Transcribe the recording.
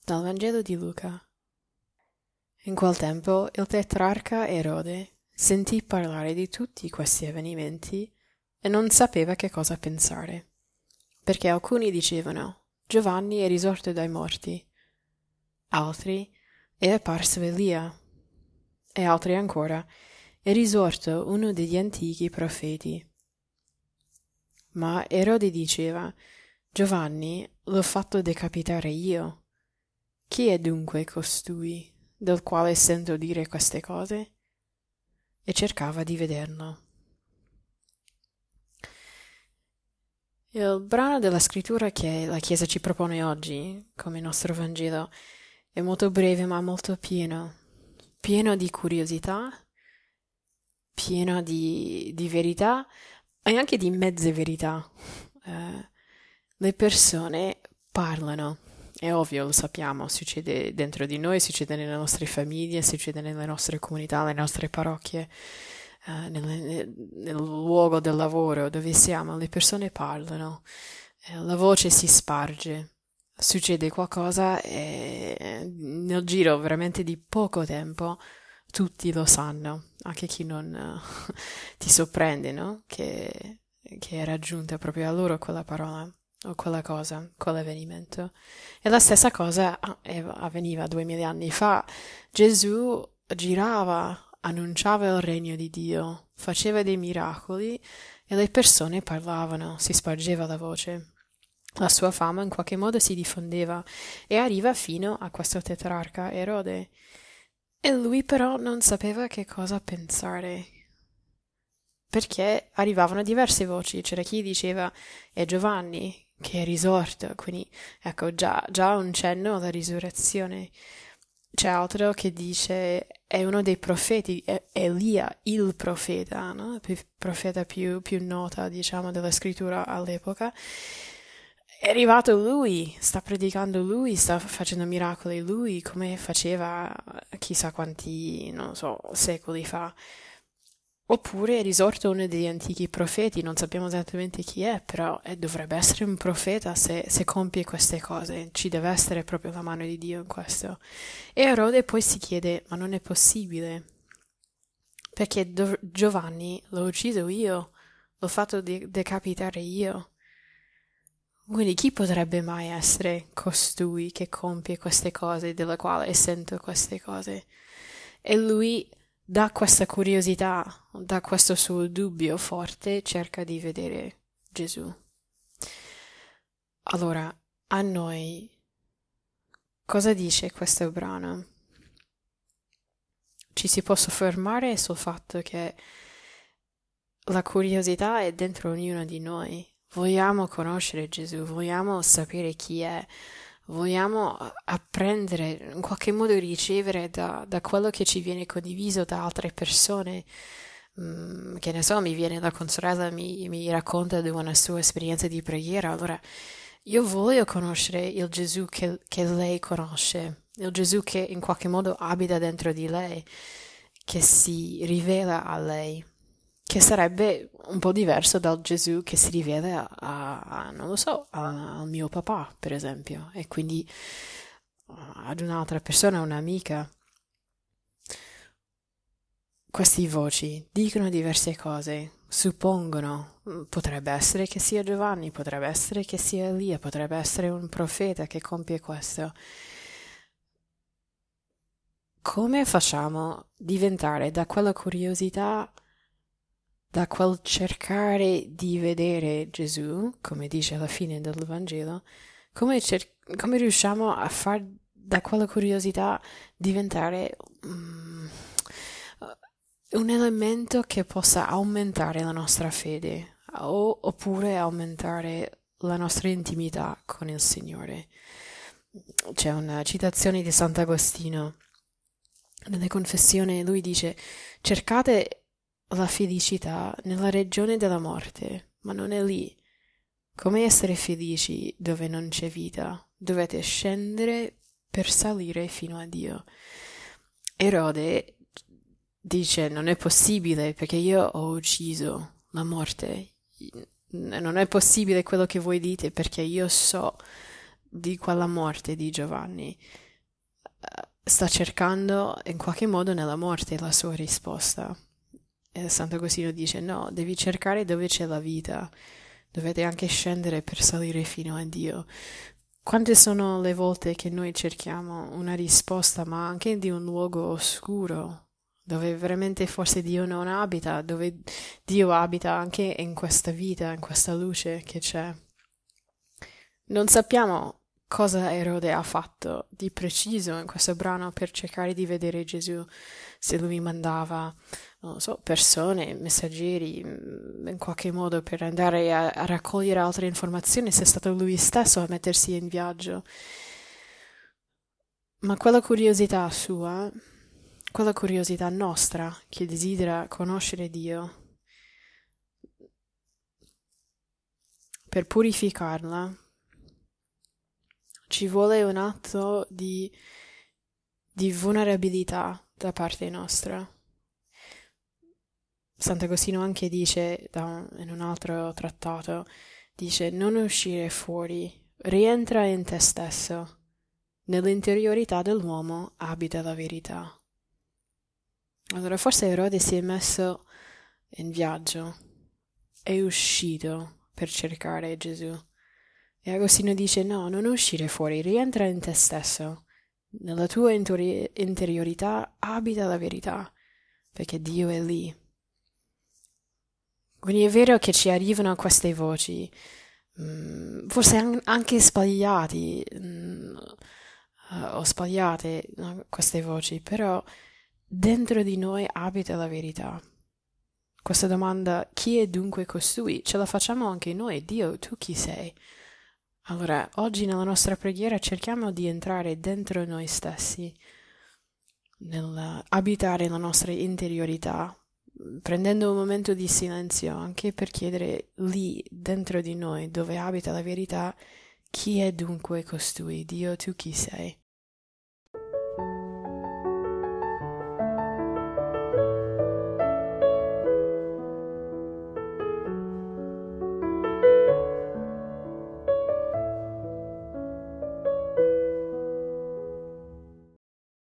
Dal Vangelo di Luca. In quel tempo il tetrarca Erode sentì parlare di tutti questi avvenimenti e non sapeva che cosa pensare, perché alcuni dicevano: Giovanni è risorto dai morti, altri: è apparso Elia, e altri ancora: è risorto uno degli antichi profeti. Ma Erode diceva: Giovanni l'ho fatto decapitare io. Chi è dunque costui del quale sento dire queste cose? E cercava di vederlo. Il brano della scrittura che la Chiesa ci propone oggi, come nostro Vangelo, è molto breve ma molto pieno di curiosità, pieno di verità e anche di mezze verità. Le persone parlano. È ovvio, lo sappiamo, succede dentro di noi, succede nelle nostre famiglie, succede nelle nostre comunità, nelle nostre parrocchie, nel luogo del lavoro dove siamo, le persone parlano, la voce si sparge, succede qualcosa e nel giro veramente di poco tempo tutti lo sanno, anche chi non ti sorprende, no? Che è raggiunta proprio a loro quella parola o quella cosa, quell'avvenimento. E la stessa cosa avveniva 2000 anni fa. Gesù girava, annunciava il regno di Dio, faceva dei miracoli e le persone parlavano, si spargeva la voce. La sua fama in qualche modo si diffondeva e arriva fino a questo tetrarca Erode. E lui però non sapeva che cosa pensare, perché arrivavano diverse voci. C'era chi diceva è Giovanni che è risorto, quindi ecco già un cenno alla risurrezione. C'è altro che dice è uno dei profeti, è Elia, il profeta, no? Il profeta più nota, diciamo, della scrittura all'epoca. È arrivato lui, sta predicando lui, sta facendo miracoli lui, come faceva chissà quanti, non so, secoli fa. Oppure è risorto uno degli antichi profeti, non sappiamo esattamente chi è, però dovrebbe essere un profeta se compie queste cose, ci deve essere proprio la mano di Dio in questo. E Erode poi si chiede, ma non è possibile, perché Giovanni l'ho ucciso io, l'ho fatto decapitare io. Quindi chi potrebbe mai essere costui che compie queste cose, della quale sento queste cose? E lui, da questa curiosità, da questo suo dubbio forte, cerca di vedere Gesù. Allora, a noi, cosa dice questo brano? Ci si può soffermare sul fatto che la curiosità è dentro ognuno di noi. Vogliamo conoscere Gesù, vogliamo sapere chi è, vogliamo apprendere, in qualche modo ricevere da quello che ci viene condiviso da altre persone. Che ne so, mi viene la consorella, mi racconta di una sua esperienza di preghiera, allora io voglio conoscere il Gesù che lei conosce, il Gesù che in qualche modo abita dentro di lei, che si rivela a lei, che sarebbe un po' diverso dal Gesù che si rivela non lo so, al mio papà, per esempio, e quindi ad un'altra persona, un'amica. Queste voci dicono diverse cose, suppongono, potrebbe essere che sia Giovanni, potrebbe essere che sia Elia, potrebbe essere un profeta che compie questo. Come facciamo diventare da quella curiosità, da quel cercare di vedere Gesù, come dice alla fine del Vangelo, come riusciamo a far da quella curiosità diventare un elemento che possa aumentare la nostra fede oppure aumentare la nostra intimità con il Signore. C'è una citazione di Sant'Agostino nelle Confessioni, lui dice: cercate la felicità nella regione della morte, ma non è lì. Come essere felici dove non c'è vita? Dovete scendere per salire fino a Dio. Erode dice: non è possibile perché io ho ucciso la morte. Non è possibile quello che voi dite perché io so di quella morte di Giovanni. Sta cercando in qualche modo nella morte la sua risposta. E Sant'Agostino dice: no, devi cercare dove c'è la vita, dovete anche scendere per salire fino a Dio. Quante sono le volte che noi cerchiamo una risposta, ma anche di un luogo oscuro, dove veramente forse Dio non abita, dove Dio abita anche in questa vita, in questa luce che c'è. Non sappiamo cosa Erode ha fatto di preciso in questo brano per cercare di vedere Gesù, se lui mandava, non lo so, persone, messaggeri, in qualche modo per andare a raccogliere altre informazioni, se è stato lui stesso a mettersi in viaggio. Ma quella curiosità sua, quella curiosità nostra che desidera conoscere Dio, per purificarla, ci vuole un atto di vulnerabilità da parte nostra. Sant'Agostino anche dice, in un altro trattato, dice: non uscire fuori, rientra in te stesso. Nell'interiorità dell'uomo abita la verità. Allora forse Erode si è messo in viaggio, è uscito per cercare Gesù. E Agostino dice: no, non uscire fuori, rientra in te stesso. Nella tua interiorità abita la verità, perché Dio è lì. Quindi è vero che ci arrivano queste voci, forse anche sbagliati, o sbagliate, no, queste voci, però dentro di noi abita la verità. Questa domanda, chi è dunque costui? Ce la facciamo anche noi. Dio, tu chi sei? Allora, oggi nella nostra preghiera cerchiamo di entrare dentro noi stessi, nell'abitare la nostra interiorità, prendendo un momento di silenzio anche per chiedere lì, dentro di noi, dove abita la verità, chi è dunque costui? Dio, tu chi sei?